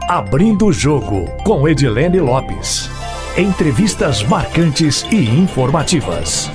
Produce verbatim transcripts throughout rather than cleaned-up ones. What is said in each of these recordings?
Abrindo o Jogo, com Edilene Lopes. Entrevistas marcantes e informativas.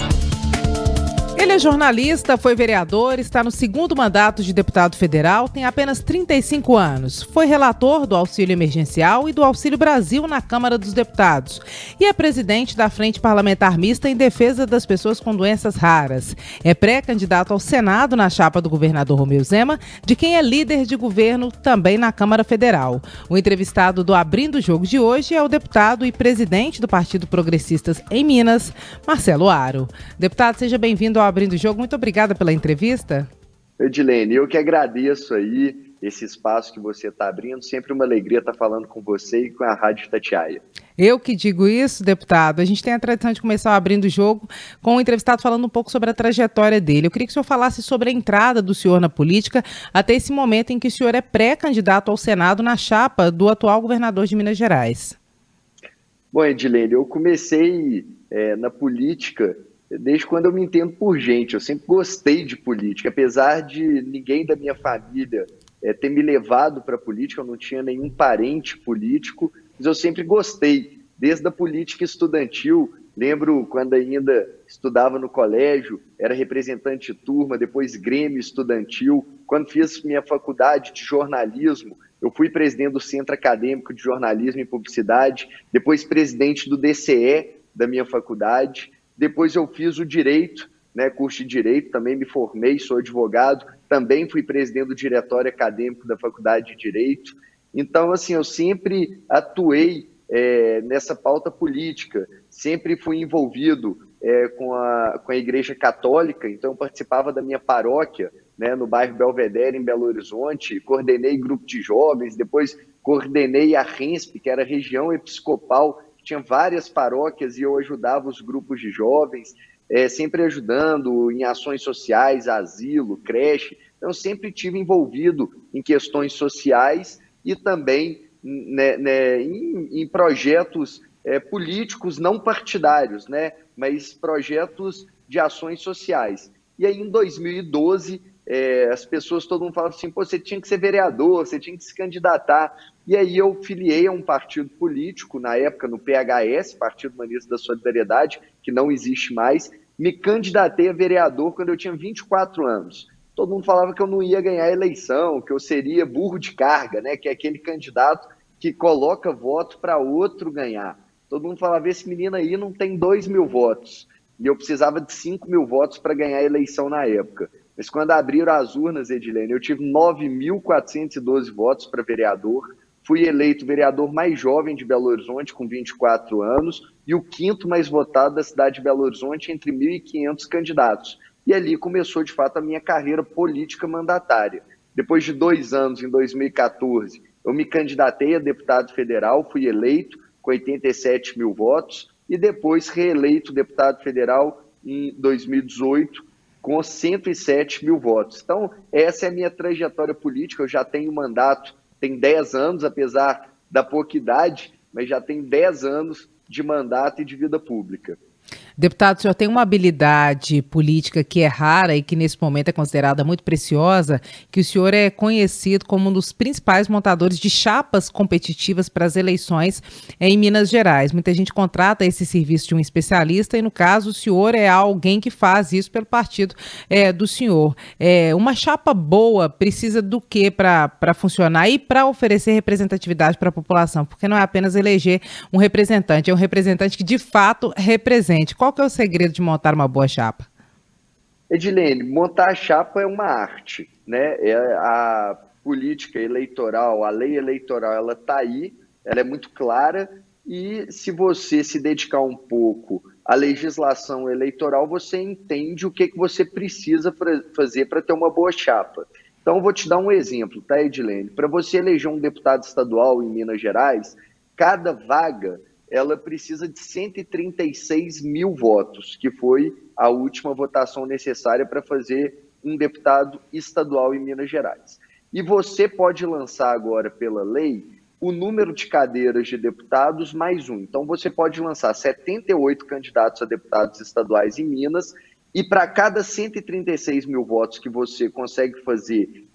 Ele é jornalista, foi vereador, está no segundo mandato de deputado federal, tem apenas trinta e cinco anos. Foi relator do Auxílio Emergencial e do Auxílio Brasil na Câmara dos Deputados. E é presidente da Frente Parlamentar Mista em defesa das pessoas com doenças raras. É pré-candidato ao Senado na chapa do governador Romeu Zema, de quem é líder de governo também na Câmara Federal. O entrevistado do Abrindo o Jogo de hoje é o deputado e presidente do Partido Progressistas em Minas, Marcelo Aro. Deputado, seja bem-vindo ao Abrindo o Jogo, muito obrigada pela entrevista. Edilene, eu que agradeço aí esse espaço que você está abrindo, sempre uma alegria estar falando com você e com a Rádio Itatiaia. Eu que digo isso, deputado, a gente tem a tradição de começar o Abrindo o Jogo com o entrevistado falando um pouco sobre a trajetória dele. Eu queria que o senhor falasse sobre a entrada do senhor na política até esse momento em que o senhor é pré-candidato ao Senado na chapa do atual governador de Minas Gerais. Bom, Edilene, eu comecei é, na política desde quando eu me entendo por gente. Eu sempre gostei de política, apesar de ninguém da minha família é, ter me levado para a política, eu não tinha nenhum parente político, mas eu sempre gostei, desde a política estudantil. Lembro quando ainda estudava no colégio, era representante de turma, depois grêmio estudantil. Quando fiz minha faculdade de jornalismo, eu fui presidente do Centro Acadêmico de Jornalismo e Publicidade, depois presidente do D C E da minha faculdade. Depois eu fiz o Direito, né, curso de Direito, também me formei, sou advogado, também fui presidente do Diretório Acadêmico da Faculdade de Direito. Então, assim, eu sempre atuei é, nessa pauta política, sempre fui envolvido é, com, a, com a Igreja Católica, então eu participava da minha paróquia, né, no bairro Belvedere, em Belo Horizonte, coordenei grupo de jovens, depois coordenei a RENSP, que era a região episcopal, tinha várias paróquias e eu ajudava os grupos de jovens, é, sempre ajudando em ações sociais, asilo, creche. Então, eu sempre estive envolvido em questões sociais e também né, né, em, em projetos é, políticos não partidários, né, mas projetos de ações sociais. E aí, em dois mil e doze, é, as pessoas, todo mundo falava assim, pô, você tinha que ser vereador, você tinha que se candidatar. E aí eu filiei a um partido político, na época no P H S, Partido Humanista da Solidariedade, que não existe mais, me candidatei a vereador quando eu tinha vinte e quatro anos. Todo mundo falava que eu não ia ganhar a eleição, que eu seria burro de carga, né? Que é aquele candidato que coloca voto para outro ganhar. Todo mundo falava, esse menino aí não tem dois mil votos. E eu precisava de cinco mil votos para ganhar a eleição na época. Mas quando abriram as urnas, Edilene, eu tive nove mil quatrocentos e doze votos para vereador, fui eleito vereador mais jovem de Belo Horizonte, com vinte e quatro anos, e o quinto mais votado da cidade de Belo Horizonte, entre mil e quinhentos candidatos. E ali começou, de fato, a minha carreira política mandatária. Depois de dois anos, em dois mil e quatorze, eu me candidatei a deputado federal, fui eleito com oitenta e sete mil votos, e depois reeleito deputado federal em dois mil e dezoito, com cento e sete mil votos. Então, essa é a minha trajetória política. Eu já tenho mandato, tem dez anos, apesar da pouca idade, mas já tem dez anos de mandato e de vida pública. Deputado, o senhor tem uma habilidade política que é rara e que nesse momento é considerada muito preciosa, que o senhor é conhecido como um dos principais montadores de chapas competitivas para as eleições em Minas Gerais. Muita gente contrata esse serviço de um especialista e, no caso, o senhor é alguém que faz isso pelo partido é, do senhor. É, uma chapa boa precisa do quê para funcionar e para oferecer representatividade para a população? Porque não é apenas eleger um representante, é um representante que de fato represente. Qual que é o segredo de montar uma boa chapa? Edilene, montar a chapa é uma arte, né? É a política eleitoral, a lei eleitoral, ela está aí, ela é muito clara, e se você se dedicar um pouco à legislação eleitoral, você entende o que, que você precisa pra fazer para ter uma boa chapa. Então, eu vou te dar um exemplo, tá, Edilene? Para você eleger um deputado estadual em Minas Gerais, cada vaga ela precisa de cento e trinta e seis mil votos, que foi a última votação necessária para fazer um deputado estadual em Minas Gerais. E você pode lançar agora, pela lei, o número de cadeiras de deputados mais um. Então, você pode lançar setenta e oito candidatos a deputados estaduais em Minas, e para cada cento e trinta e seis mil votos que você consegue fazer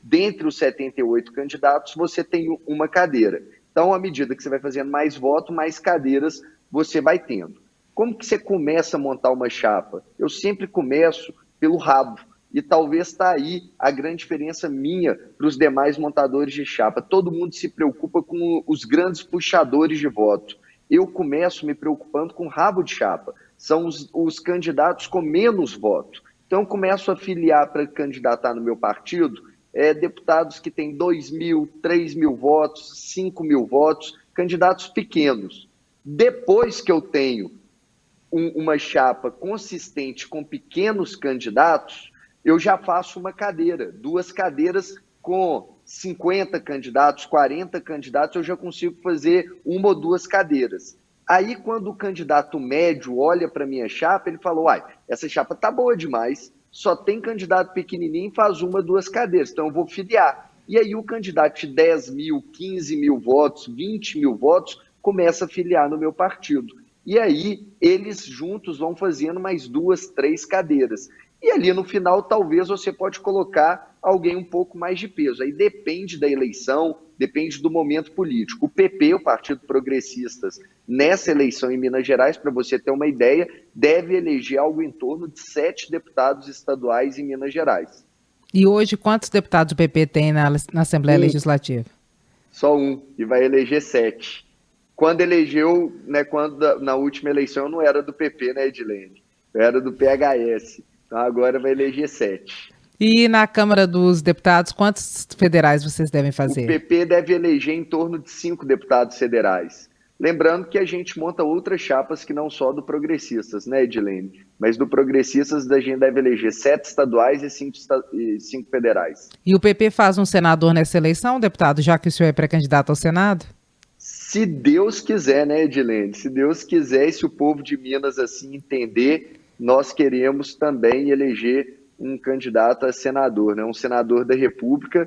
dentre os setenta e oito candidatos, você tem uma cadeira. Então, à medida que você vai fazendo mais voto, mais cadeiras você vai tendo. Como que você começa a montar uma chapa? Eu sempre começo pelo rabo. E talvez está aí a grande diferença minha para os demais montadores de chapa. Todo mundo se preocupa com os grandes puxadores de voto. Eu começo me preocupando com rabo de chapa. São os, os candidatos com menos voto. Então, eu começo a filiar para candidatar no meu partido é, deputados que têm dois mil, três mil votos, cinco mil votos, candidatos pequenos. Depois que eu tenho um, uma chapa consistente com pequenos candidatos, eu já faço uma cadeira, duas cadeiras com cinquenta candidatos, quarenta candidatos, eu já consigo fazer uma ou duas cadeiras. Aí, quando o candidato médio olha para a minha chapa, ele fala, uai, essa chapa tá boa demais, só tem candidato pequenininho, faz uma, duas cadeiras, então eu vou filiar. E aí o candidato de dez mil, quinze mil votos, vinte mil votos, começa a filiar no meu partido. E aí eles juntos vão fazendo mais duas, três cadeiras. E ali no final, talvez você pode colocar alguém um pouco mais de peso. Aí depende da eleição, depende do momento político. O P P, o Partido Progressistas, nessa eleição em Minas Gerais, para você ter uma ideia, deve eleger algo em torno de sete deputados estaduais em Minas Gerais. E hoje, quantos deputados o P P tem na, na Assembleia um. Legislativa? Só um, e vai eleger sete. Quando elegeu, né, quando, na última eleição, eu não era do P P, né, Edilene? Eu era do P H S. Então agora vai eleger sete. E na Câmara dos Deputados, quantos federais vocês devem fazer? O P P deve eleger em torno de cinco deputados federais. Lembrando que a gente monta outras chapas que não só do Progressistas, né, Edilene? Mas do Progressistas a gente deve eleger sete estaduais e cinco, e cinco federais. E o P P faz um senador nessa eleição, deputado, já que o senhor é pré-candidato ao Senado? Se Deus quiser, né, Edilene? Se Deus quiser e se o povo de Minas assim entender, nós queremos também eleger um candidato a senador, né? Um senador da República,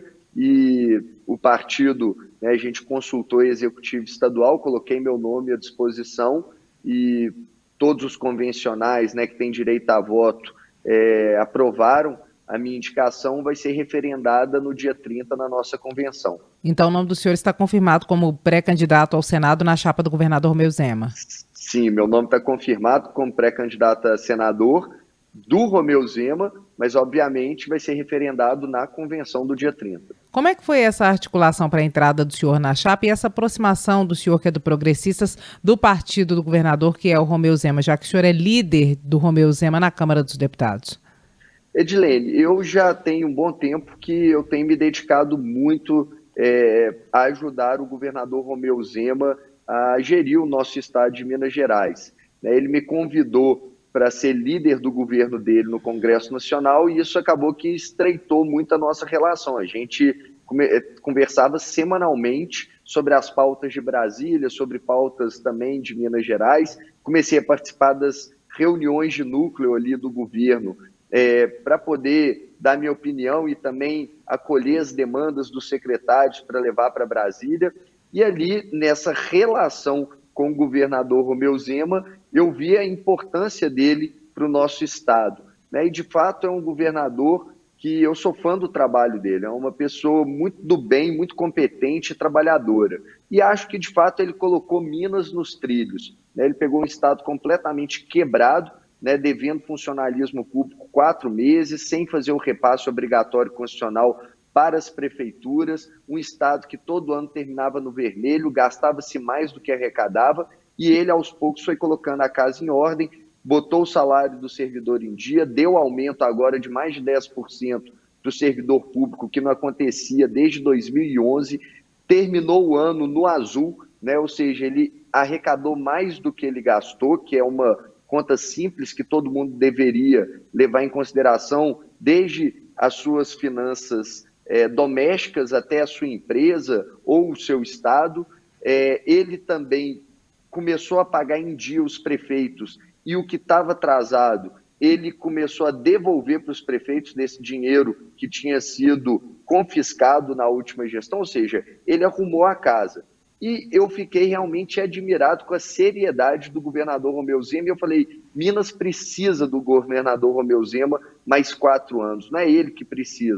e o partido, né, a gente consultou o executivo estadual, coloquei meu nome à disposição e todos os convencionais, né, que têm direito a voto é, aprovaram a minha indicação, vai ser referendada no dia trinta na nossa convenção. Então o nome do senhor está confirmado como pré-candidato ao Senado na chapa do governador Romeu Zema? Sim, meu nome está confirmado como pré-candidato a senador do Romeu Zema, mas obviamente vai ser referendado na convenção do dia trinta. Como é que foi essa articulação para a entrada do senhor na chapa e essa aproximação do senhor, que é do Progressistas, do partido do governador, que é o Romeu Zema, já que o senhor é líder do Romeu Zema na Câmara dos Deputados? Edilene, eu já tenho um bom tempo que eu tenho me dedicado muito é, a ajudar o governador Romeu Zema a gerir o nosso estado de Minas Gerais. Ele me convidou para ser líder do governo dele no Congresso Nacional e isso acabou que estreitou muito a nossa relação. A gente conversava semanalmente sobre as pautas de Brasília, sobre pautas também de Minas Gerais. Comecei a participar das reuniões de núcleo ali do governo é, para poder dar minha opinião e também acolher as demandas dos secretários para levar para Brasília. E ali, nessa relação com o governador Romeu Zema, eu vi a importância dele para o nosso estado, né? E, de fato, é um governador que eu sou fã do trabalho dele, é uma pessoa muito do bem, muito competente e trabalhadora. E acho que, de fato, ele colocou Minas nos trilhos, né? Ele pegou um estado completamente quebrado, né, devendo funcionalismo público quatro meses, sem fazer o repasse obrigatório constitucional para as prefeituras, um estado que todo ano terminava no vermelho, gastava-se mais do que arrecadava, e ele aos poucos foi colocando a casa em ordem, botou o salário do servidor em dia, deu aumento agora de mais de dez por cento do servidor público, que não acontecia desde dois mil e onze, terminou o ano no azul, né? Ou seja, ele arrecadou mais do que ele gastou, que é uma conta simples que todo mundo deveria levar em consideração, desde as suas finanças É, domésticas até a sua empresa ou o seu estado. É, ele também começou a pagar em dia os prefeitos e o que estava atrasado, ele começou a devolver para os prefeitos desse dinheiro que tinha sido confiscado na última gestão, ou seja, ele arrumou a casa. E eu fiquei realmente admirado com a seriedade do governador Romeu Zema, e eu falei, Minas precisa do governador Romeu Zema mais quatro anos, não é ele que precisa.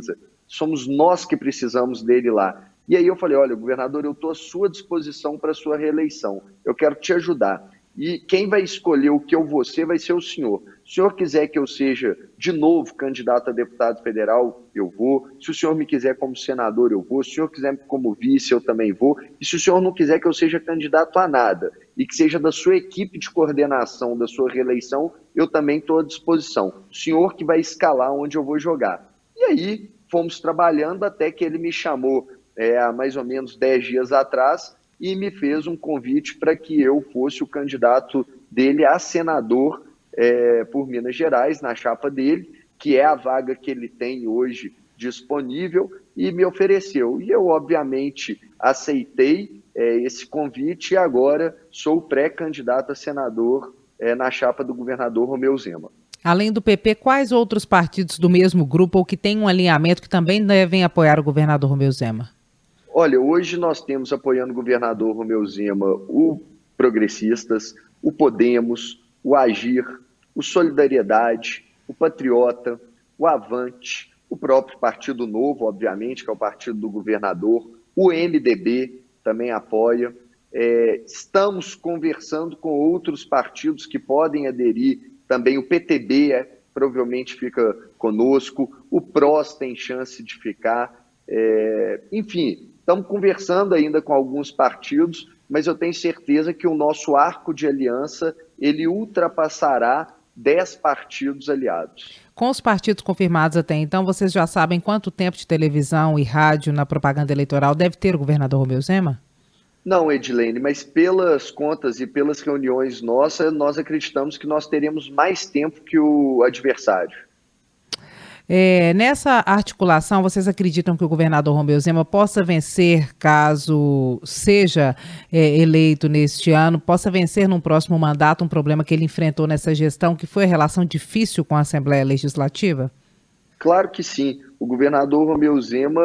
somos nós que precisamos dele lá. E aí eu falei, olha, governador, eu estou à sua disposição para a sua reeleição, eu quero te ajudar. E quem vai escolher o que eu vou ser vai ser o senhor. Se o senhor quiser que eu seja, de novo, candidato a deputado federal, eu vou. Se o senhor me quiser como senador, eu vou. Se o senhor quiser como vice, eu também vou. E se o senhor não quiser que eu seja candidato a nada e que seja da sua equipe de coordenação da sua reeleição, eu também estou à disposição. O senhor que vai escalar onde eu vou jogar. E aí fomos trabalhando até que ele me chamou é, há mais ou menos dez dias atrás e me fez um convite para que eu fosse o candidato dele a senador é, por Minas Gerais, na chapa dele, que é a vaga que ele tem hoje disponível, e me ofereceu. E eu, obviamente, aceitei é, esse convite e agora sou pré-candidato a senador é, na chapa do governador Romeu Zema. Além do P P, quais outros partidos do mesmo grupo ou que têm um alinhamento que também devem apoiar o governador Romeu Zema? Olha, hoje nós temos apoiando o governador Romeu Zema o Progressistas, o Podemos, o Agir, o Solidariedade, o Patriota, o Avante, o próprio Partido Novo, obviamente, que é o partido do governador, o M D B também apoia. É, estamos conversando com outros partidos que podem aderir, também o P T B é, provavelmente fica conosco, o P R O S tem chance de ficar, é, enfim... Estamos conversando ainda com alguns partidos, mas eu tenho certeza que o nosso arco de aliança, ele ultrapassará dez partidos aliados. Com os partidos confirmados até então, vocês já sabem quanto tempo de televisão e rádio na propaganda eleitoral deve ter o governador Romeu Zema? Não, Edilene, mas pelas contas e pelas reuniões nossas, nós acreditamos que nós teremos mais tempo que o adversário. É, nessa articulação, vocês acreditam que o governador Romeu Zema possa vencer, caso seja é, eleito neste ano, possa vencer num próximo mandato um problema que ele enfrentou nessa gestão, que foi a relação difícil com a Assembleia Legislativa? Claro que sim. O governador Romeu Zema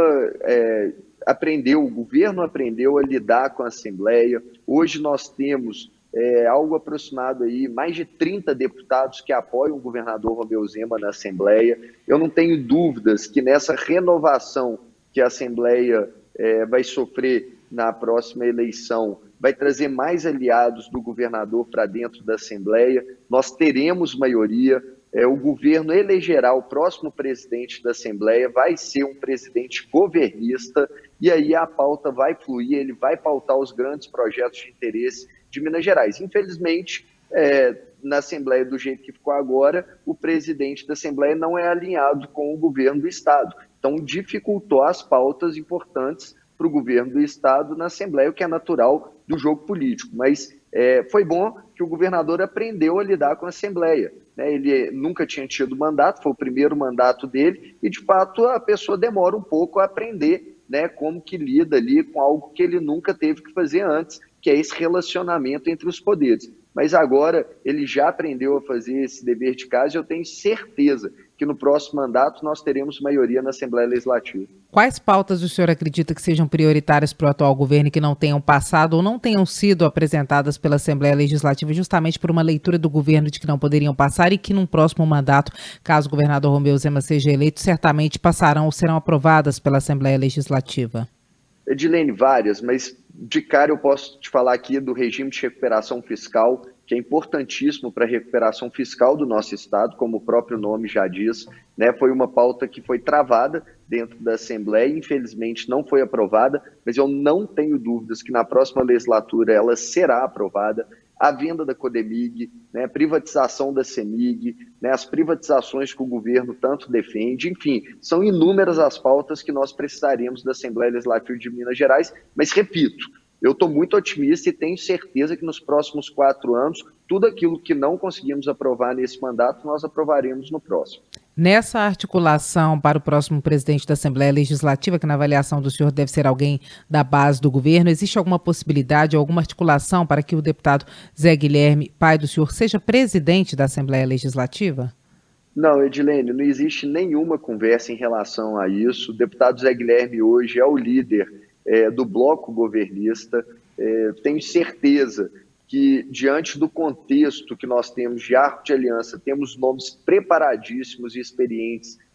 é, aprendeu, o governo aprendeu a lidar com a Assembleia. Hoje nós temos... É, algo aproximado aí, mais de trinta deputados que apoiam o governador Romeu Zema na Assembleia. Eu não tenho dúvidas que nessa renovação que a Assembleia é, vai sofrer na próxima eleição, vai trazer mais aliados do governador para dentro da Assembleia. Nós teremos maioria, é, o governo elegerá o próximo presidente da Assembleia, vai ser um presidente governista, e aí a pauta vai fluir, ele vai pautar os grandes projetos de interesse de Minas Gerais. Infelizmente, é, na Assembleia, do jeito que ficou agora, o presidente da Assembleia não é alinhado com o governo do Estado. Então, dificultou as pautas importantes para o governo do Estado na Assembleia, o que é natural do jogo político. Mas é, foi bom que o governador aprendeu a lidar com a Assembleia. Né? Ele nunca tinha tido mandato, foi o primeiro mandato dele, e, de fato, a pessoa demora um pouco a aprender, né, como que lida ali com algo que ele nunca teve que fazer antes, que é esse relacionamento entre os poderes. Mas agora ele já aprendeu a fazer esse dever de casa e eu tenho certeza que no próximo mandato nós teremos maioria na Assembleia Legislativa. Quais pautas o senhor acredita que sejam prioritárias para o atual governo e que não tenham passado ou não tenham sido apresentadas pela Assembleia Legislativa justamente por uma leitura do governo de que não poderiam passar e que num próximo mandato, caso o governador Romeu Zema seja eleito, certamente passarão ou serão aprovadas pela Assembleia Legislativa? Edilene, várias, mas de cara eu posso te falar aqui do regime de recuperação fiscal, que é importantíssimo para a recuperação fiscal do nosso Estado, como o próprio nome já diz, né? Foi uma pauta que foi travada dentro da Assembleia, infelizmente não foi aprovada, mas eu não tenho dúvidas que na próxima legislatura ela será aprovada. A venda da Codemig, né, a privatização da CEMIG, né, as privatizações que o governo tanto defende, enfim, são inúmeras as pautas que nós precisaríamos da Assembleia Legislativa de Minas Gerais, mas repito, eu estou muito otimista e tenho certeza que nos próximos quatro anos, tudo aquilo que não conseguimos aprovar nesse mandato, nós aprovaremos no próximo. Nessa articulação para o próximo presidente da Assembleia Legislativa, que na avaliação do senhor deve ser alguém da base do governo, existe alguma possibilidade, alguma articulação para que o deputado Zé Guilherme, pai do senhor, seja presidente da Assembleia Legislativa? Não, Edilene, não existe nenhuma conversa em relação a isso. O deputado Zé Guilherme hoje é o líder é, do bloco governista. É, tenho certeza que, diante do contexto que nós temos de arco de aliança, temos nomes preparadíssimos e experientes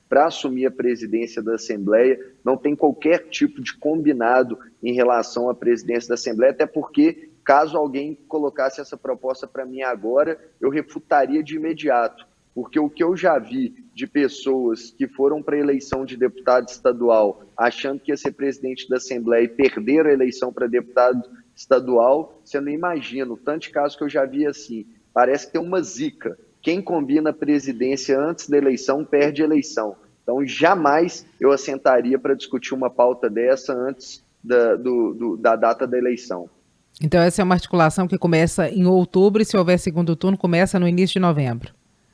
para assumir a presidência da Assembleia, não tem qualquer tipo de combinado em relação à presidência da Assembleia, até porque, caso alguém colocasse essa proposta para mim agora, eu refutaria de imediato, porque o que eu já vi de pessoas que foram para a eleição de deputado estadual achando que ia ser presidente da Assembleia e perderam a eleição para deputado estadual, você não imagina o tanto de casos que eu já vi assim. Parece que tem uma zica. Quem combina a presidência antes da eleição perde a eleição. Então, jamais eu assentaria para discutir uma pauta dessa antes da, do, do, da data da eleição. Então, essa é uma articulação que começa em outubro e, se houver segundo turno, começa no início de novembro?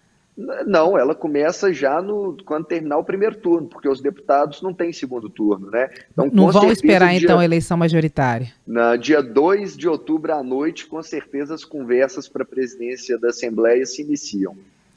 Não, ela começa já no, quando terminar o primeiro turno, porque os deputados não têm segundo turno, né? Então, não vão certeza, esperar, dia, então, a eleição majoritária? Na dia dois de outubro à noite, com certeza as conversas para a presidência da Assembleia se iniciam.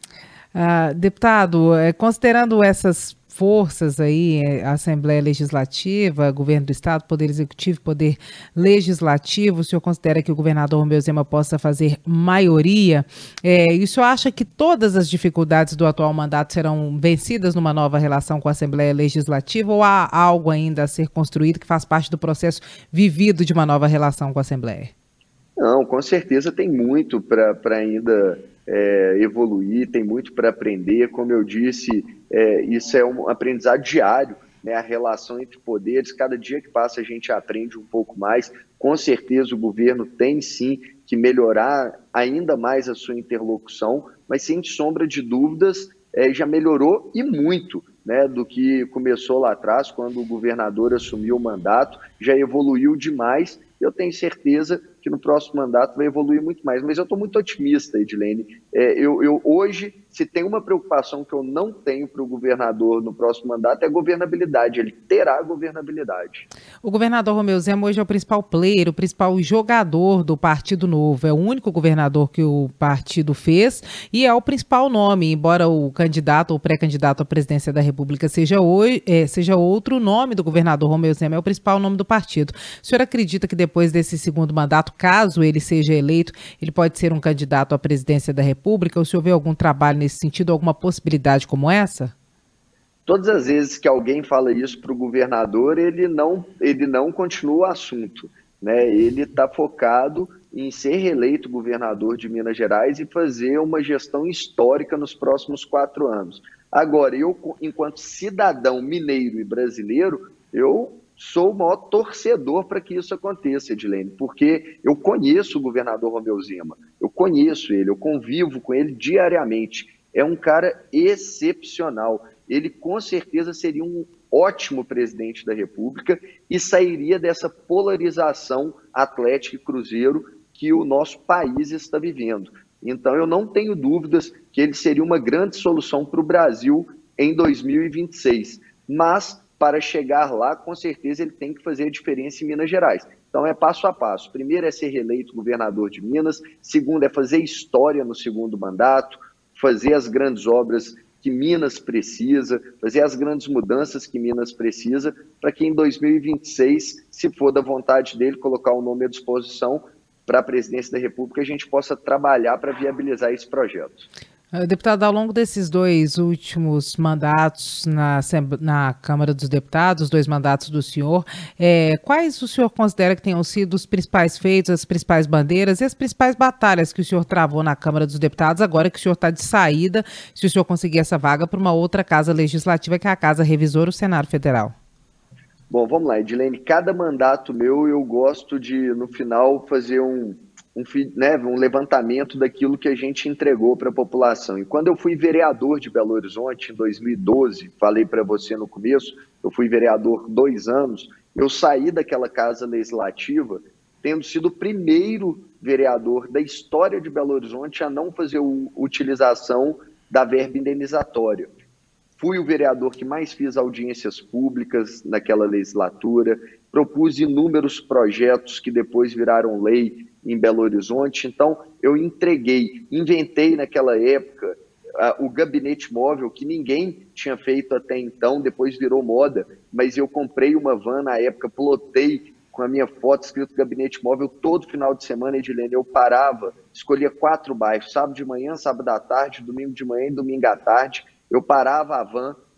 Ah, deputado, considerando essas forças aí, a Assembleia Legislativa, Governo do Estado, Poder Executivo, Poder Legislativo, o senhor considera que o governador Romeu Zema possa fazer maioria? É, e o senhor acha que todas as dificuldades do atual mandato serão vencidas numa nova relação com a Assembleia Legislativa, ou há algo ainda a ser construído que faz parte do processo vivido de uma nova relação com a Assembleia? Não, com certeza tem muito para ainda é, evoluir, tem muito para aprender. Como eu disse, é, isso é um aprendizado diário, né? A relação entre poderes, cada dia que passa a gente aprende um pouco mais. Com certeza o governo tem sim que melhorar ainda mais a sua interlocução, mas sem sombra de dúvidas é, já melhorou e muito, né, do que começou lá atrás, quando o governador assumiu o mandato, já evoluiu demais. Eu tenho certeza que no próximo mandato vai evoluir muito mais. Mas eu estou muito otimista, Edilene. É, eu, eu, hoje, se tem uma preocupação que eu não tenho para o governador no próximo mandato, é a governabilidade. Ele terá governabilidade. O governador Romeu Zema hoje é o principal player, o principal jogador do Partido Novo. É o único governador que o partido fez e é o principal nome, embora o candidato ou pré-candidato à presidência da República seja, hoje, é, seja outro, o nome do governador Romeu Zema é o principal nome do partido. O senhor acredita que depois desse segundo mandato, caso ele seja eleito, ele pode ser um candidato à presidência da República? O senhor vê algum trabalho nesse sentido, alguma possibilidade como essa? Todas as vezes que alguém fala isso para o governador, ele não, ele não continua o assunto, né? Ele está focado em ser reeleito governador de Minas Gerais e fazer uma gestão histórica nos próximos quatro anos. Agora, eu, enquanto cidadão mineiro e brasileiro, eu sou o maior torcedor para que isso aconteça, Edilene, porque eu conheço o governador Romeu Zema, eu conheço ele, eu convivo com ele diariamente. É um cara excepcional. Ele com certeza seria um ótimo presidente da República e sairia dessa polarização Atlético e Cruzeiro que o nosso país está vivendo. Então eu não tenho dúvidas que ele seria uma grande solução para o Brasil em dois mil e vinte e seis, mas para chegar lá, com certeza ele tem que fazer a diferença em Minas Gerais. Então é passo a passo. Primeiro é ser reeleito governador de Minas, segundo é fazer história no segundo mandato, fazer as grandes obras que Minas precisa, fazer as grandes mudanças que Minas precisa, para que em dois mil e vinte e seis, se for da vontade dele, colocar o nome à disposição para a presidência da República, a gente possa trabalhar para viabilizar esse projeto. Deputado, ao longo desses dois últimos mandatos na, na Câmara dos Deputados, os dois mandatos do senhor, é, quais o senhor considera que tenham sido os principais feitos, as principais bandeiras e as principais batalhas que o senhor travou na Câmara dos Deputados, agora que o senhor está de saída, se o senhor conseguir essa vaga para uma outra casa legislativa, que é a Casa Revisora, o Senado Federal? Bom, vamos lá, Edilene. Cada mandato meu, eu gosto de, no final, fazer um... Um, né, um levantamento daquilo que a gente entregou para a população. E quando eu fui vereador de Belo Horizonte, em dois mil e doze, falei para você no começo, eu fui vereador dois anos, eu saí daquela casa legislativa tendo sido o primeiro vereador da história de Belo Horizonte a não fazer a utilização da verba indenizatória. Fui o vereador que mais fiz audiências públicas naquela legislatura, propus inúmeros projetos que depois viraram lei em Belo Horizonte. Então, eu entreguei, inventei naquela época uh, o gabinete móvel, que ninguém tinha feito até então, depois virou moda, mas eu comprei uma van na época, plotei com a minha foto escrito gabinete móvel, todo final de semana, Edilene, eu parava, escolhia quatro bairros, sábado de manhã, sábado à tarde, domingo de manhã e domingo à tarde, eu parava a van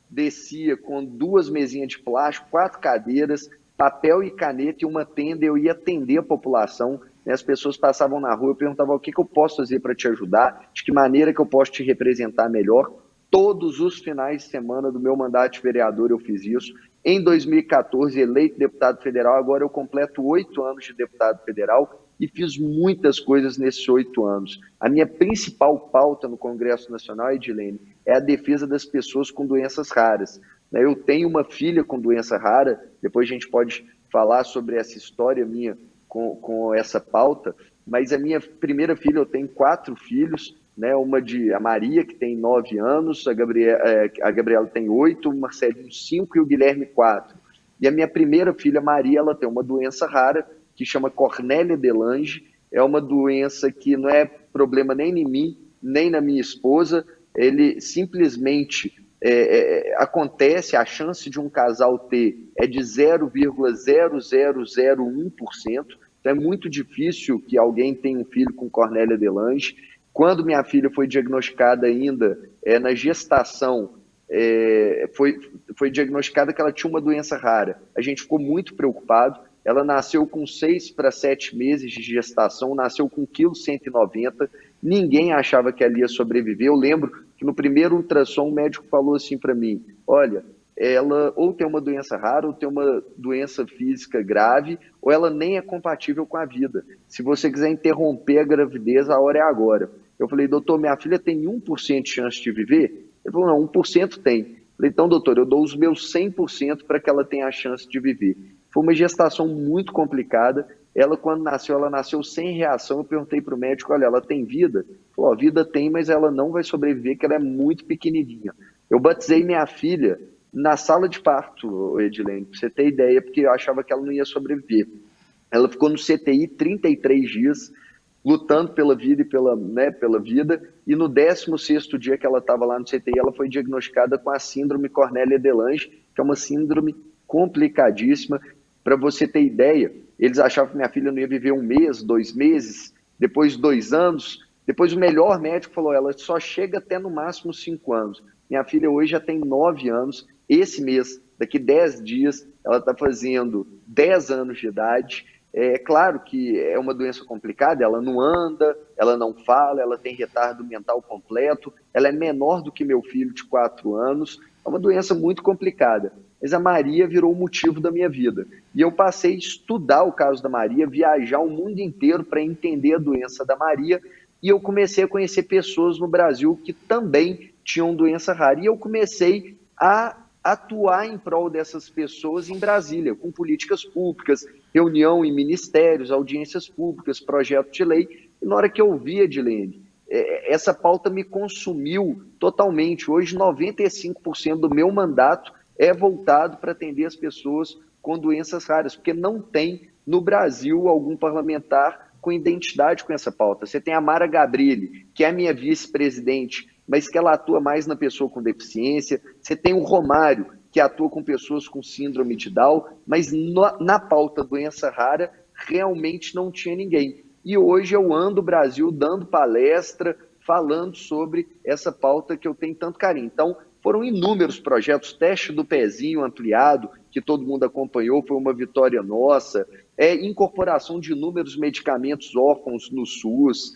descia com duas mesinhas de plástico, quatro cadeiras, papel e caneta e uma tenda. Eu ia atender a população, né? As pessoas passavam na rua, eu perguntava o que, que eu posso fazer para te ajudar, de que maneira que eu posso te representar melhor. Todos os finais de semana do meu mandato de vereador eu fiz isso. Em dois mil e quatorze, eleito deputado federal, agora eu completo oito anos de deputado federal e fiz muitas coisas nesses oito anos. A minha principal pauta no Congresso Nacional, Edilene, é a defesa das pessoas com doenças raras. Eu tenho uma filha com doença rara, depois a gente pode falar sobre essa história minha com, com essa pauta, mas a minha primeira filha, eu tenho quatro filhos, né, uma de a Maria, que tem nove anos, a Gabriela, a Gabriela tem oito, o Marcelinho cinco e o Guilherme quatro. E a minha primeira filha, Maria, ela tem uma doença rara, que chama Cornélia de Lange. É uma doença que não é problema nem em mim, nem na minha esposa, ele simplesmente é, é, acontece, a chance de um casal ter é de zero vírgula zero zero zero um por cento, então é muito difícil que alguém tenha um filho com Cornélia de Lange. Quando minha filha foi diagnosticada ainda é, na gestação, é, foi, foi diagnosticada que ela tinha uma doença rara. A gente ficou muito preocupado. Ela nasceu com seis para sete meses de gestação, nasceu com um cento e noventa quilos. Ninguém achava que ela ia sobreviver. Eu lembro que no primeiro ultrassom o médico falou assim para mim, olha, ela ou tem uma doença rara, ou tem uma doença física grave, ou ela nem é compatível com a vida. Se você quiser interromper a gravidez, a hora é agora. Eu falei, doutor, minha filha tem um por cento de chance de viver? Ele falou, não, um por cento tem. Eu falei, então, doutor, eu dou os meus cem por cento para que ela tenha a chance de viver. Foi uma gestação muito complicada. Ela, quando nasceu, ela nasceu sem reação. Eu perguntei para o médico, olha, ela tem vida? Ele falou, a vida tem, mas ela não vai sobreviver, porque ela é muito pequenininha. Eu batizei minha filha na sala de parto, Edilene, para você ter ideia, porque eu achava que ela não ia sobreviver. Ela ficou no C T I trinta e três dias, lutando pela vida e pela, né, pela vida, e no décimo sexto dia que ela estava lá no C T I, ela foi diagnosticada com a síndrome Cornélia de Lange, que é uma síndrome complicadíssima. Para você ter ideia, eles achavam que minha filha não ia viver um mês, dois meses, depois dois anos, depois o melhor médico falou, ela só chega até no máximo cinco anos. Minha filha hoje já tem nove anos, esse mês, daqui dez dias, ela está fazendo dez anos de idade. É claro que é uma doença complicada, ela não anda, ela não fala, ela tem retardo mental completo, ela é menor do que meu filho de quatro anos, é uma doença muito complicada. Mas a Maria virou o motivo da minha vida. E eu passei a estudar o caso da Maria, viajar o mundo inteiro para entender a doença da Maria, e eu comecei a conhecer pessoas no Brasil que também tinham doença rara. E eu comecei a atuar em prol dessas pessoas em Brasília, com políticas públicas, reunião em ministérios, audiências públicas, projeto de lei. E na hora que eu vi, Edilene, essa pauta me consumiu totalmente. Hoje, noventa e cinco por cento do meu mandato é voltado para atender as pessoas com doenças raras, porque não tem no Brasil algum parlamentar com identidade com essa pauta. Você tem a Mara Gabrilli, que é a minha vice-presidente, mas que ela atua mais na pessoa com deficiência. Você tem o Romário, que atua com pessoas com síndrome de Down, mas no, na pauta doença rara realmente não tinha ninguém. E hoje eu ando o Brasil dando palestra, falando sobre essa pauta que eu tenho tanto carinho. Então, foram inúmeros projetos, teste do pezinho ampliado, que todo mundo acompanhou, foi uma vitória nossa, é, incorporação de inúmeros medicamentos órfãos no SUS.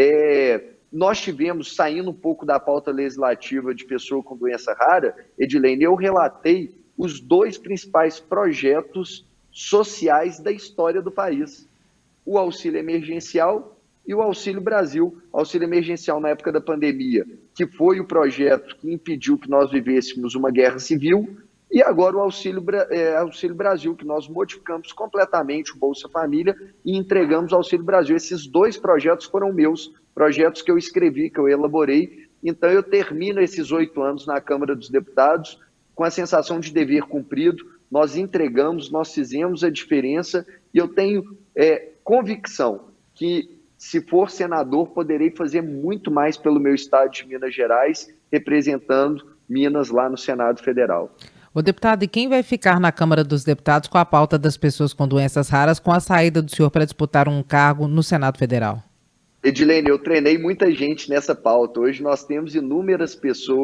É, nós tivemos, saindo um pouco da pauta legislativa de pessoa com doença rara, Edilene, eu relatei os dois principais projetos sociais da história do país. O auxílio emergencial e o Auxílio Brasil, auxílio emergencial na época da pandemia, que foi o projeto que impediu que nós vivêssemos uma guerra civil, e agora o Auxílio, é, Auxílio Brasil, que nós modificamos completamente o Bolsa Família e entregamos ao Auxílio Brasil. Esses dois projetos foram meus, projetos que eu escrevi, que eu elaborei. Então eu termino esses oito anos na Câmara dos Deputados com a sensação de dever cumprido. Nós entregamos, nós fizemos a diferença, e eu tenho é, convicção que, se for senador, poderei fazer muito mais pelo meu estado de Minas Gerais, representando Minas lá no Senado Federal. O deputado, e quem vai ficar na Câmara dos Deputados com a pauta das pessoas com doenças raras, com a saída do senhor para disputar um cargo no Senado Federal? Edilene, eu treinei muita gente nessa pauta. Hoje nós temos inúmeras pessoas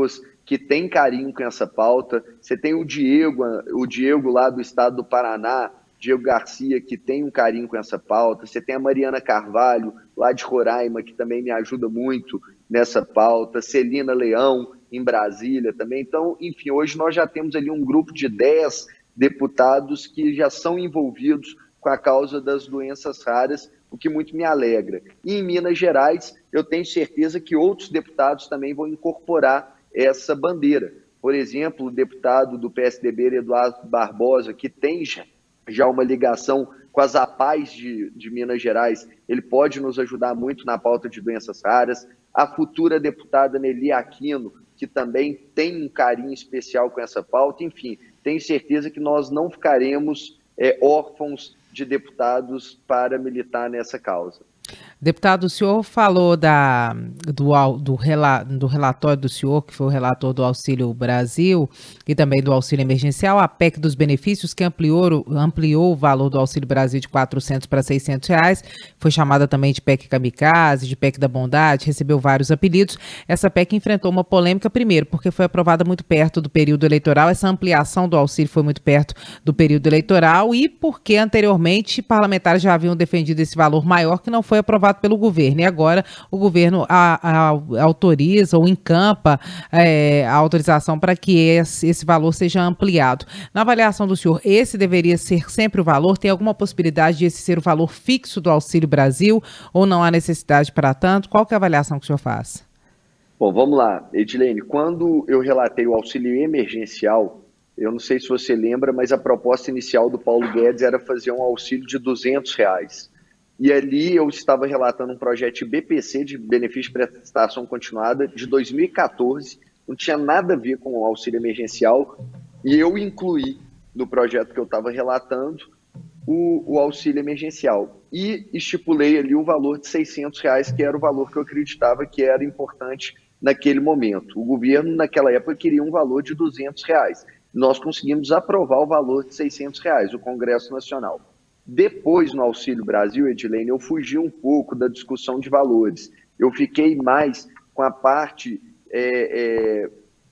que tem carinho com essa pauta. Você tem o Diego, o Diego lá do estado do Paraná, Diego Garcia, que tem um carinho com essa pauta. Você tem a Mariana Carvalho, lá de Roraima, que também me ajuda muito nessa pauta. Celina Leão, em Brasília também. Então, enfim, hoje nós já temos ali um grupo de dez deputados que já são envolvidos com a causa das doenças raras, o que muito me alegra. E em Minas Gerais, eu tenho certeza que outros deputados também vão incorporar essa bandeira. Por exemplo, o deputado do P S D B, Eduardo Barbosa, que tem já, já uma ligação com as A P A Es de, de Minas Gerais, ele pode nos ajudar muito na pauta de doenças raras. A futura deputada Nelly Aquino, que também tem um carinho especial com essa pauta. Enfim, tenho certeza que nós não ficaremos é, órfãos de deputados para militar nessa causa. Deputado, o senhor falou da, do, do, do relatório do senhor, que foi o relator do Auxílio Brasil e também do Auxílio Emergencial, a P E C dos benefícios, que ampliou, ampliou o valor do Auxílio Brasil de quatrocentos para seiscentos reais, foi chamada também de P E C Kamikaze, de P E C da Bondade, recebeu vários apelidos. Essa P E C enfrentou uma polêmica, primeiro, porque foi aprovada muito perto do período eleitoral, essa ampliação do auxílio foi muito perto do período eleitoral e porque anteriormente parlamentares já haviam defendido esse valor maior que não foi aprovado pelo governo, e agora o governo a, a, autoriza ou encampa é, a autorização para que esse, esse valor seja ampliado. Na avaliação do senhor, esse deveria ser sempre o valor? Tem alguma possibilidade de esse ser o valor fixo do Auxílio Brasil ou não há necessidade para tanto? Qual que é a avaliação que o senhor faz? Bom, vamos lá, Edilene. Quando eu relatei o auxílio emergencial, eu não sei se você lembra, mas a proposta inicial do Paulo Guedes era fazer um auxílio de duzentos reais. E ali eu estava relatando um projeto de B P C, de benefício de prestação continuada, de dois mil e quatorze, não tinha nada a ver com o auxílio emergencial, e eu incluí no projeto que eu estava relatando o, o auxílio emergencial. E estipulei ali o valor de seiscentos reais, que era o valor que eu acreditava que era importante naquele momento. O governo, naquela época, queria um valor de duzentos reais. Nós conseguimos aprovar o valor de seiscentos reais, o Congresso Nacional. Depois, no Auxílio Brasil, Edilene, eu fugi um pouco da discussão de valores. Eu fiquei mais com a parte é, é,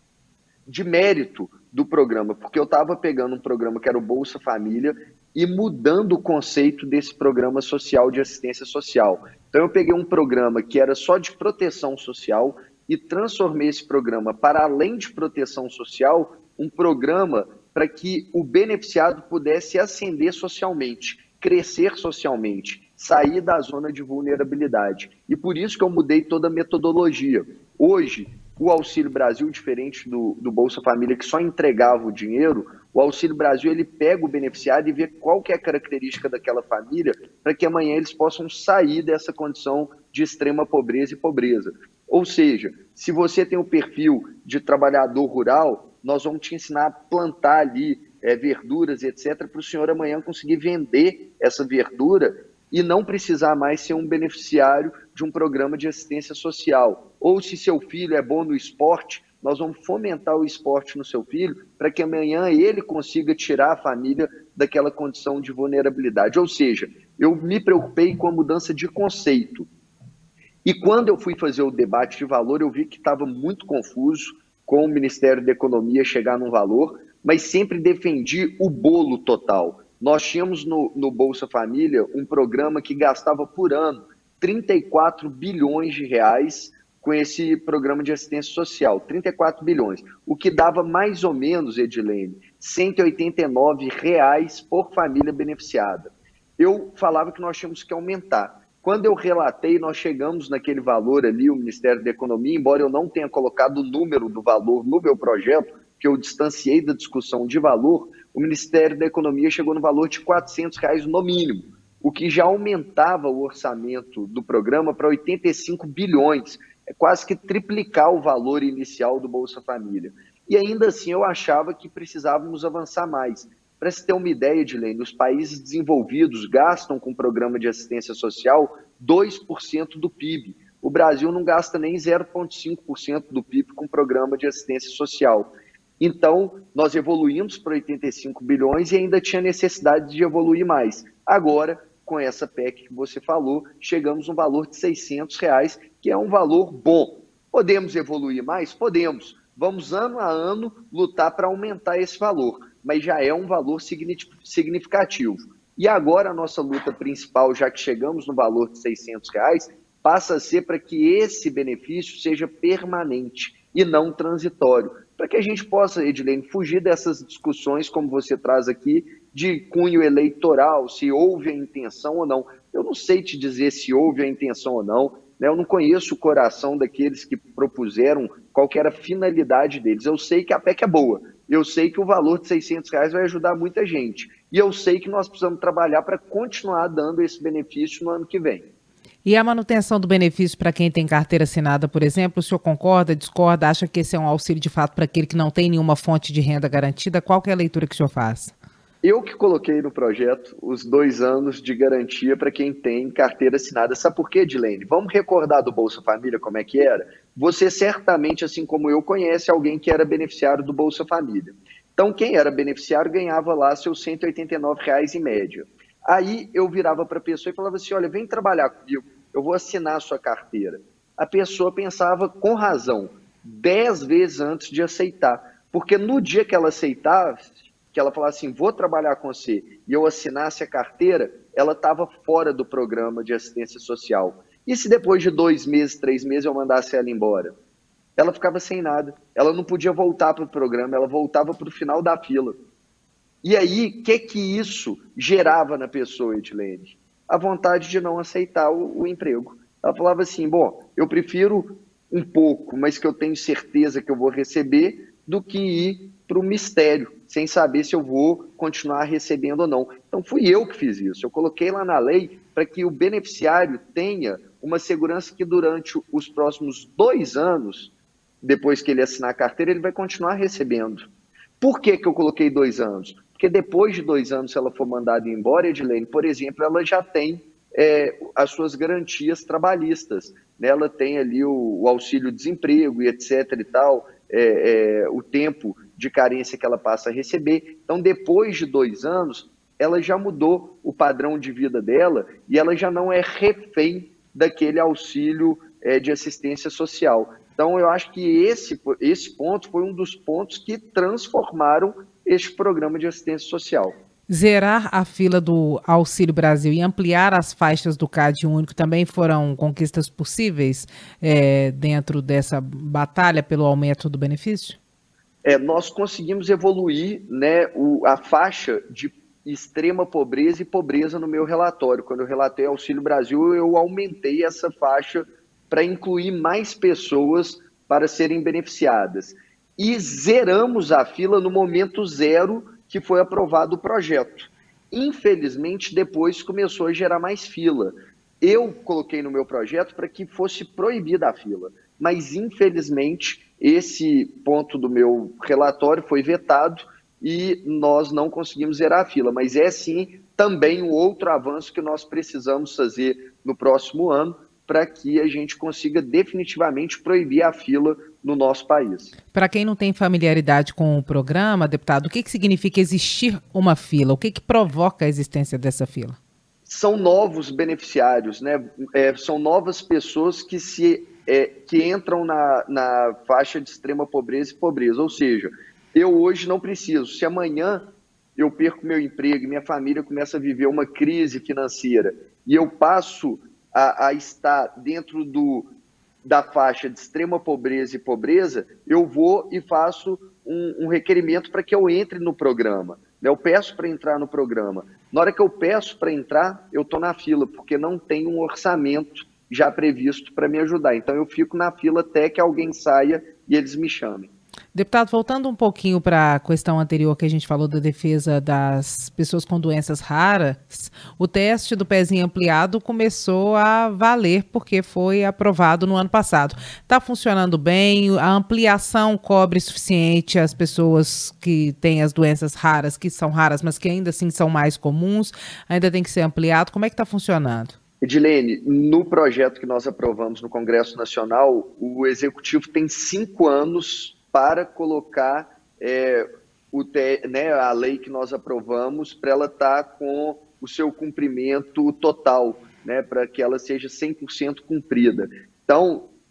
de mérito do programa, porque eu estava pegando um programa que era o Bolsa Família e mudando o conceito desse programa social de assistência social. Então, eu peguei um programa que era só de proteção social e transformei esse programa para, além de proteção social, um programa para que o beneficiado pudesse ascender socialmente, crescer socialmente, sair da zona de vulnerabilidade. E por isso que eu mudei toda a metodologia. Hoje, o Auxílio Brasil, diferente do, do Bolsa Família, que só entregava o dinheiro, o Auxílio Brasil ele pega o beneficiário e vê qual que é a característica daquela família para que amanhã eles possam sair dessa condição de extrema pobreza e pobreza. Ou seja, se você tem o perfil de trabalhador rural, nós vamos te ensinar a plantar ali é, verduras, etcétera, para o senhor amanhã conseguir vender essa verdura e não precisar mais ser um beneficiário de um programa de assistência social. Ou se seu filho é bom no esporte, nós vamos fomentar o esporte no seu filho para que amanhã ele consiga tirar a família daquela condição de vulnerabilidade. Ou seja, eu me preocupei com a mudança de conceito. E quando eu fui fazer o debate de valor, eu vi que estava muito confuso com o Ministério da Economia chegar num valor, mas sempre defendi o bolo total. Nós tínhamos no, no Bolsa Família um programa que gastava por ano trinta e quatro bilhões de reais com esse programa de assistência social, trinta e quatro bilhões, o que dava mais ou menos, Edilene, cento e oitenta e nove reais por família beneficiada. Eu falava que nós tínhamos que aumentar. Quando eu relatei, nós chegamos naquele valor ali, o Ministério da Economia, embora eu não tenha colocado o número do valor no meu projeto, que eu distanciei da discussão de valor, o Ministério da Economia chegou no valor de quatrocentos reais no mínimo, o que já aumentava o orçamento do programa para oitenta e cinco bilhões, é quase que triplicar o valor inicial do Bolsa Família. E ainda assim eu achava que precisávamos avançar mais. Para se ter uma ideia, Edilene, os países desenvolvidos gastam com o programa de assistência social dois por cento do P I B. O Brasil não gasta nem zero vírgula cinco por cento do P I B com o programa de assistência social. Então, nós evoluímos para oitenta e cinco bilhões e ainda tinha necessidade de evoluir mais. Agora, com essa P E C que você falou, chegamos a um valor de seiscentos reais, que é um valor bom. Podemos evoluir mais? Podemos. Vamos, ano a ano, lutar para aumentar esse valor, mas já é um valor significativo. E agora a nossa luta principal, já que chegamos no valor de seiscentos reais, passa a ser para que esse benefício seja permanente e não transitório, para que a gente possa, Edilene, fugir dessas discussões, como você traz aqui, de cunho eleitoral, se houve a intenção ou não. Eu não sei te dizer se houve a intenção ou não, né? Eu não conheço o coração daqueles que propuseram, qual que era a finalidade deles. Eu sei que a P E C é boa, eu sei que o valor de seiscentos reais vai ajudar muita gente, e eu sei que nós precisamos trabalhar para continuar dando esse benefício no ano que vem. E a manutenção do benefício para quem tem carteira assinada, por exemplo, o senhor concorda, discorda, acha que esse é um auxílio de fato para aquele que não tem nenhuma fonte de renda garantida? Qual que é a leitura que o senhor faz? Eu que coloquei no projeto os dois anos de garantia para quem tem carteira assinada. Sabe por quê, Edilene? Vamos recordar do Bolsa Família como é que era? Você certamente, assim como eu, conhece alguém que era beneficiário do Bolsa Família. Então, quem era beneficiário ganhava lá seus cento e oitenta e nove reais em média. Aí eu virava para a pessoa e falava assim, olha, vem trabalhar comigo, eu vou assinar a sua carteira. A pessoa pensava com razão, dez vezes antes de aceitar, porque no dia que ela aceitasse, que ela falasse assim, vou trabalhar com você, e eu assinasse a carteira, ela estava fora do programa de assistência social. E se depois de dois meses, três meses eu mandasse ela embora? Ela ficava sem nada, ela não podia voltar para o programa, ela voltava para o final da fila. E aí, o que que isso gerava na pessoa, Edilene? A vontade de não aceitar o, o emprego. Ela falava assim, bom, eu prefiro um pouco, mas que eu tenho certeza que eu vou receber, do que ir para o mistério, sem saber se eu vou continuar recebendo ou não. Então, fui eu que fiz isso. Eu coloquei lá na lei para que o beneficiário tenha uma segurança que durante os próximos dois anos, depois que ele assinar a carteira, ele vai continuar recebendo. Por que que eu coloquei dois anos? Porque depois de dois anos, se ela for mandada embora, Edilene, por exemplo, ela já tem é, as suas garantias trabalhistas, né? Ela tem ali o, o auxílio-desemprego e etc e tal, é, é, o tempo de carência que ela passa a receber. Então, depois de dois anos, ela já mudou o padrão de vida dela e ela já não é refém daquele auxílio é, de assistência social. Então, eu acho que esse, esse ponto foi um dos pontos que transformaram este programa de assistência social. Zerar a fila do Auxílio Brasil e ampliar as faixas do CAD único também foram conquistas possíveis é, dentro dessa batalha pelo aumento do benefício? É, nós conseguimos evoluir, né, o, a faixa de extrema pobreza e pobreza no meu relatório. Quando eu relatei Auxílio Brasil, eu aumentei essa faixa para incluir mais pessoas para serem beneficiadas. E zeramos a fila no momento zero que foi aprovado o projeto. Infelizmente, depois começou a gerar mais fila. Eu coloquei no meu projeto para que fosse proibida a fila, mas infelizmente esse ponto do meu relatório foi vetado e nós não conseguimos zerar a fila, mas é sim também um outro avanço que nós precisamos fazer no próximo ano para que a gente consiga definitivamente proibir a fila no nosso país. Para quem não tem familiaridade com o programa, deputado, o que, que significa existir uma fila? O que, que provoca a existência dessa fila? São novos beneficiários, né? É, são novas pessoas que, se, é, que entram na, na faixa de extrema pobreza e pobreza. Ou seja, eu hoje não preciso. Se amanhã eu perco meu emprego e minha família começa a viver uma crise financeira e eu passo a, a estar dentro do... da faixa de extrema pobreza e pobreza, eu vou e faço um, um requerimento para que eu entre no programa. Eu peço para entrar no programa. Na hora que eu peço para entrar, eu estou na fila, porque não tem um orçamento já previsto para me ajudar. Então, eu fico na fila até que alguém saia e eles me chamem. Deputado, voltando um pouquinho para a questão anterior que a gente falou da defesa das pessoas com doenças raras, o teste do pezinho ampliado começou a valer porque foi aprovado no ano passado. Está funcionando bem? A ampliação cobre suficiente as pessoas que têm as doenças raras, que são raras, mas que ainda assim são mais comuns? Ainda tem que ser ampliado? Como é que está funcionando? Edilene, no projeto que nós aprovamos no Congresso Nacional, o Executivo tem cinco anos para colocar é, o te, né, a lei que nós aprovamos para ela estar com o seu cumprimento total, né, para que ela seja cem por cento cumprida. Então,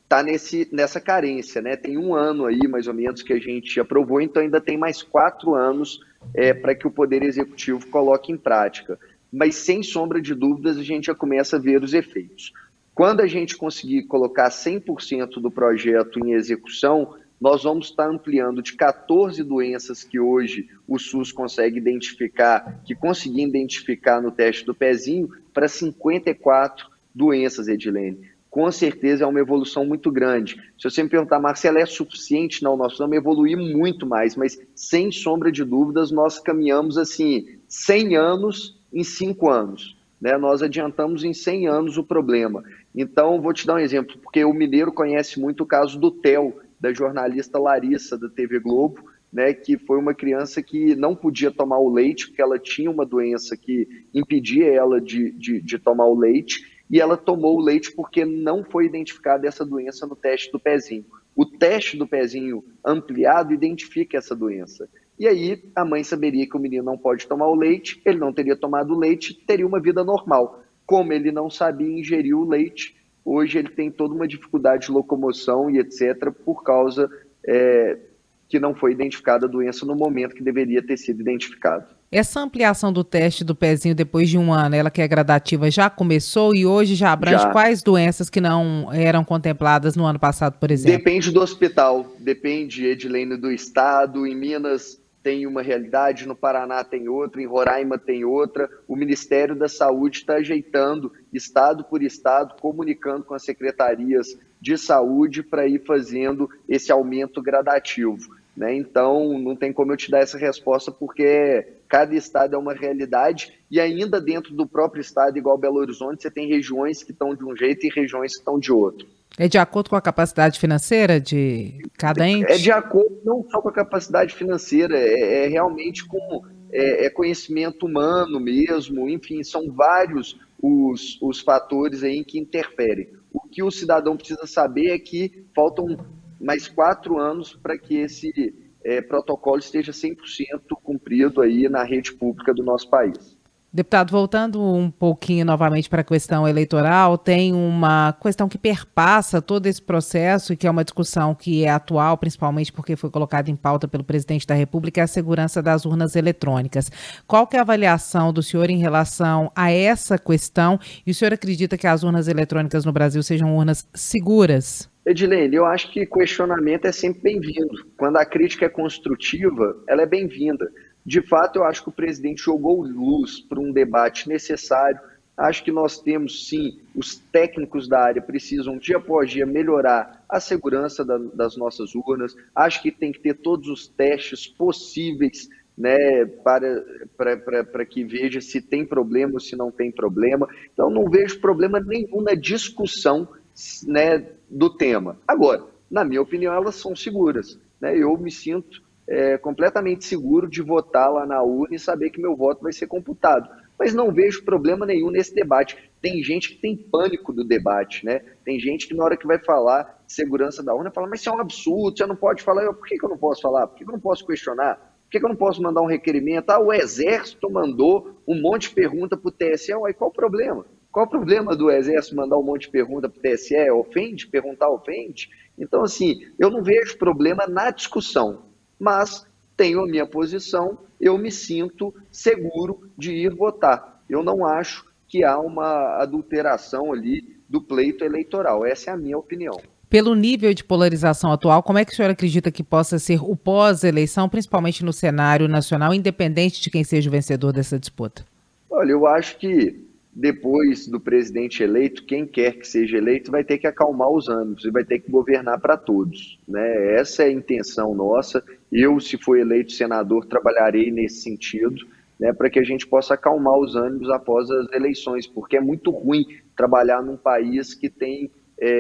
está nessa carência, né? Tem um ano aí, mais ou menos, que a gente aprovou, então ainda tem mais quatro anos é, para que o Poder Executivo coloque em prática. Mas, sem sombra de dúvidas, a gente já começa a ver os efeitos. Quando a gente conseguir colocar cem por cento do projeto em execução, nós vamos estar ampliando de quatorze doenças que hoje o SUS consegue identificar, que conseguia identificar no teste do pezinho, para cinquenta e quatro doenças, Edilene. Com certeza é uma evolução muito grande. Se você me perguntar, Marcelo, é suficiente? Não, nós vamos evoluir muito mais, mas sem sombra de dúvidas nós caminhamos assim, cem anos em cinco anos. Né? Nós adiantamos em cem anos o problema. Então, vou te dar um exemplo, porque o mineiro conhece muito o caso do Theo, da jornalista Larissa, da T V Globo, né, que foi uma criança que não podia tomar o leite, porque ela tinha uma doença que impedia ela de, de, de tomar o leite, e ela tomou o leite porque não foi identificada essa doença no teste do pezinho. O teste do pezinho ampliado identifica essa doença. E aí a mãe saberia que o menino não pode tomar o leite, ele não teria tomado o leite, teria uma vida normal. Como ele não sabia ingerir o leite, hoje ele tem toda uma dificuldade de locomoção e etcétera por causa é, que não foi identificada a doença no momento que deveria ter sido identificado. Essa ampliação do teste do pezinho depois de um ano, ela que é gradativa, já começou e hoje já abrange já. Quais doenças que não eram contempladas no ano passado, por exemplo? Depende do hospital, depende, Edilene, do estado. Em Minas tem uma realidade, no Paraná tem outra, em Roraima tem outra. O Ministério da Saúde está ajeitando, estado por estado, comunicando com as secretarias de saúde para ir fazendo esse aumento gradativo. Né? Então, não tem como eu te dar essa resposta, porque cada estado é uma realidade e ainda dentro do próprio estado, igual Belo Horizonte, você tem regiões que estão de um jeito e regiões que estão de outro. É de acordo com a capacidade financeira de cada ente? É de acordo não só com a capacidade financeira, é, é realmente com é, é conhecimento humano mesmo, enfim, são vários os, os fatores aí que interferem. O que o cidadão precisa saber é que faltam mais quatro anos para que esse é, protocolo esteja cem por cento cumprido aí na rede pública do nosso país. Deputado, voltando um pouquinho novamente para a questão eleitoral, tem uma questão que perpassa todo esse processo e que é uma discussão que é atual, principalmente porque foi colocada em pauta pelo presidente da República, é a segurança das urnas eletrônicas. Qual que é a avaliação do senhor em relação a essa questão? E o senhor acredita que as urnas eletrônicas no Brasil sejam urnas seguras? Edilene, eu acho que questionamento é sempre bem-vindo. Quando a crítica é construtiva, ela é bem-vinda. De fato, eu acho que o presidente jogou luz para um debate necessário. Acho que nós temos, sim, os técnicos da área precisam, dia após dia, melhorar a segurança da, das nossas urnas. Acho que tem que ter todos os testes possíveis, né, para, para, para, para que veja se tem problema ou se não tem problema. Então, não vejo problema nenhum na discussão, né, do tema. Agora, na minha opinião, elas são seguras. Né? Eu me sinto é, completamente seguro de votar lá na urna e saber que meu voto vai ser computado. Mas não vejo problema nenhum nesse debate. Tem gente que tem pânico do debate, né? Tem gente que na hora que vai falar de segurança da urna fala, mas isso é um absurdo, você não pode falar. Eu, por que, que eu não posso falar? Por que, que eu não posso questionar? Por que, que eu não posso mandar um requerimento? Ah, o Exército mandou um monte de pergunta para o T S E. Ué, qual o problema? Qual o problema do Exército mandar um monte de pergunta para o T S E? Ofende? Perguntar ofende? Então, assim, eu não vejo problema na discussão, mas tenho a minha posição, eu me sinto seguro de ir votar. Eu não acho que há uma adulteração ali do pleito eleitoral. Essa é a minha opinião. Pelo nível de polarização atual, como é que o senhor acredita que possa ser o pós-eleição, principalmente no cenário nacional, independente de quem seja o vencedor dessa disputa? Olha, eu acho que depois do presidente eleito, quem quer que seja eleito vai ter que acalmar os ânimos e vai ter que governar para todos. Né? Essa é a intenção nossa. Eu, se for eleito senador, trabalharei nesse sentido, né, para que a gente possa acalmar os ânimos após as eleições, porque é muito ruim trabalhar num país que tem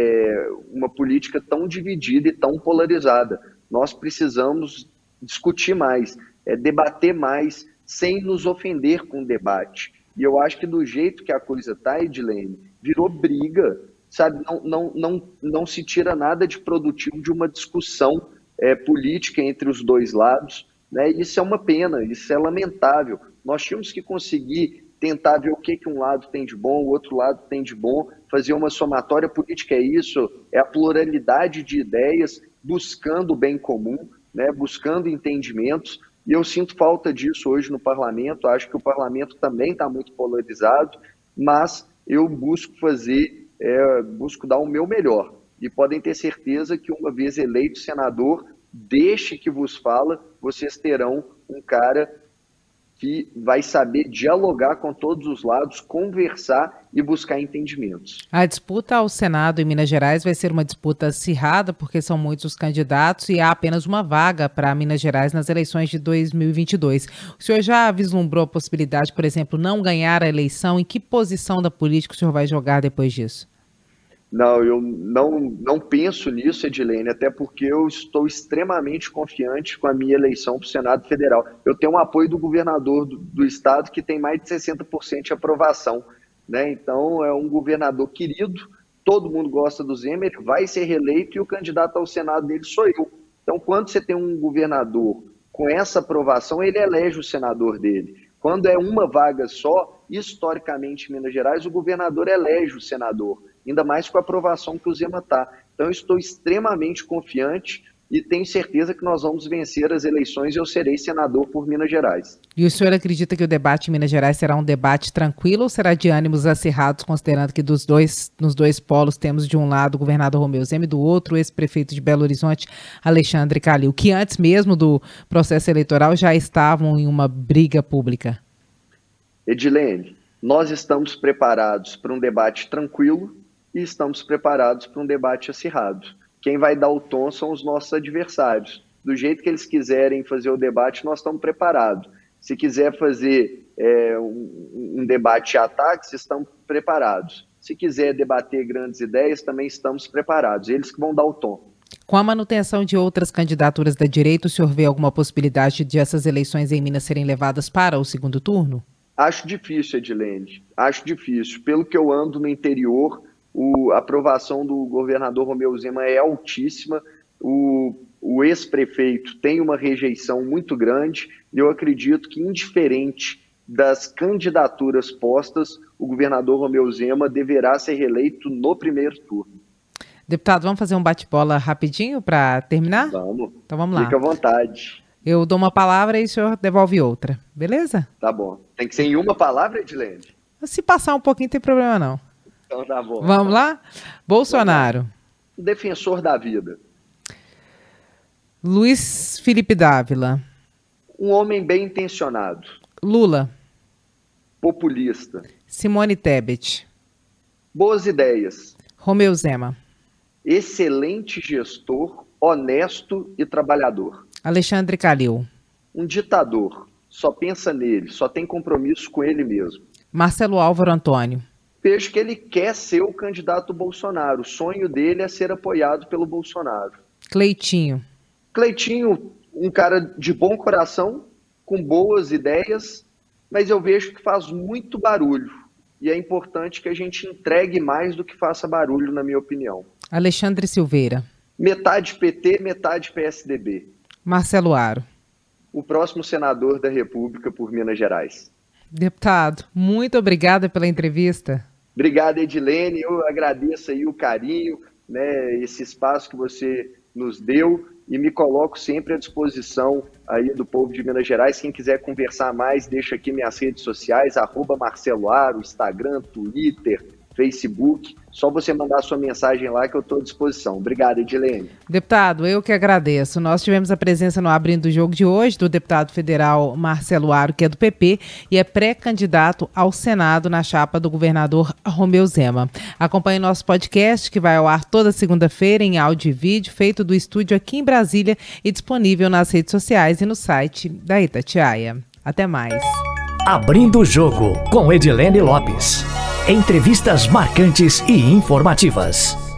é, uma política tão dividida e tão polarizada. Nós precisamos discutir mais, é, debater mais, sem nos ofender com o debate. E eu acho que do jeito que a coisa está, Edilene, virou briga, sabe? Não, não, não, não se tira nada de produtivo de uma discussão é, política entre os dois lados, né? Isso é uma pena, isso é lamentável. Nós tínhamos que conseguir tentar ver o que, que um lado tem de bom, o outro lado tem de bom, fazer uma somatória política. É isso, é a pluralidade de ideias, buscando o bem comum, né, buscando entendimentos, e eu sinto falta disso hoje no parlamento. Acho que o parlamento também está muito polarizado, mas eu busco fazer, é, busco dar o meu melhor, e podem ter certeza que uma vez eleito senador, deixe que vos fala, vocês terão um cara que vai saber dialogar com todos os lados, conversar e buscar entendimentos. A disputa ao Senado em Minas Gerais vai ser uma disputa acirrada, porque são muitos os candidatos e há apenas uma vaga para Minas Gerais nas eleições de dois mil e vinte e dois. O senhor já vislumbrou a possibilidade, por exemplo, não ganhar a eleição? Em que posição da política o senhor vai jogar depois disso? Não, eu não, não penso nisso, Edilene, até porque eu estou extremamente confiante com a minha eleição para o Senado Federal. Eu tenho um apoio do governador do, do estado que tem mais de sessenta por cento de aprovação, né? Então é um governador querido, todo mundo gosta do Zema, ele vai ser reeleito e o candidato ao Senado dele sou eu. Então quando você tem um governador com essa aprovação, ele elege o senador dele. Quando é uma vaga só, historicamente em Minas Gerais, o governador elege o senador, ainda mais com a aprovação que o Zema está. Então, eu estou extremamente confiante e tenho certeza que nós vamos vencer as eleições e eu serei senador por Minas Gerais. E o senhor acredita que o debate em Minas Gerais será um debate tranquilo ou será de ânimos acirrados, considerando que dos dois, nos dois polos temos de um lado o governador Romeu Zema e do outro o ex-prefeito de Belo Horizonte, Alexandre Calil, que antes mesmo do processo eleitoral já estavam em uma briga pública? Edilene, nós estamos preparados para um debate tranquilo e estamos preparados para um debate acirrado. Quem vai dar o tom são os nossos adversários. Do jeito que eles quiserem fazer o debate, nós estamos preparados. Se quiser fazer é, um, um debate de ataques, estamos preparados. Se quiser debater grandes ideias, também estamos preparados. Eles que vão dar o tom. Com a manutenção de outras candidaturas da direita, o senhor vê alguma possibilidade de essas eleições em Minas serem levadas para o segundo turno? Acho difícil, Edilene. Acho difícil. Pelo que eu ando no interior, o, a aprovação do governador Romeu Zema é altíssima. O, o ex-prefeito tem uma rejeição muito grande. E eu acredito que, indiferente das candidaturas postas, o governador Romeu Zema deverá ser reeleito no primeiro turno. Deputado, vamos fazer um bate-bola rapidinho para terminar? Vamos. Então vamos lá. Fica à vontade. Eu dou uma palavra e o senhor devolve outra, beleza? Tá bom. Tem que ser em uma palavra, Edilene? Se passar um pouquinho, não tem problema não. Então tá bom. Vamos lá? Bolsonaro. Defensor da vida. Luiz Felipe Dávila. Um homem bem intencionado. Lula. Populista. Simone Tebet. Boas ideias. Romeu Zema. Excelente gestor, honesto e trabalhador. Alexandre Calil. Um ditador, só pensa nele, só tem compromisso com ele mesmo. Marcelo Álvaro Antônio. Vejo que ele quer ser o candidato Bolsonaro, o sonho dele é ser apoiado pelo Bolsonaro. Cleitinho. Cleitinho, um cara de bom coração, com boas ideias, mas eu vejo que faz muito barulho. E é importante que a gente entregue mais do que faça barulho, na minha opinião. Alexandre Silveira. Metade P T, metade P S D B. Marcelo Aro. O próximo senador da República por Minas Gerais. Deputado, muito obrigada pela entrevista. Obrigado, Edilene. Eu agradeço aí o carinho, né, esse espaço que você nos deu e me coloco sempre à disposição aí do povo de Minas Gerais. Quem quiser conversar mais, deixa aqui minhas redes sociais, arroba Marcelo Aro, Instagram, Twitter, Facebook. Só você mandar sua mensagem lá que eu estou à disposição. Obrigado, Edilene. Deputado, eu que agradeço. Nós tivemos a presença no Abrindo o Jogo de hoje do deputado federal Marcelo Aro, que é do P P e é pré-candidato ao Senado na chapa do governador Romeu Zema. Acompanhe nosso podcast, que vai ao ar toda segunda-feira em áudio e vídeo, feito do estúdio aqui em Brasília e disponível nas redes sociais e no site da Itatiaia. Até mais. Abrindo o Jogo com Edilene Lopes. Entrevistas marcantes e informativas.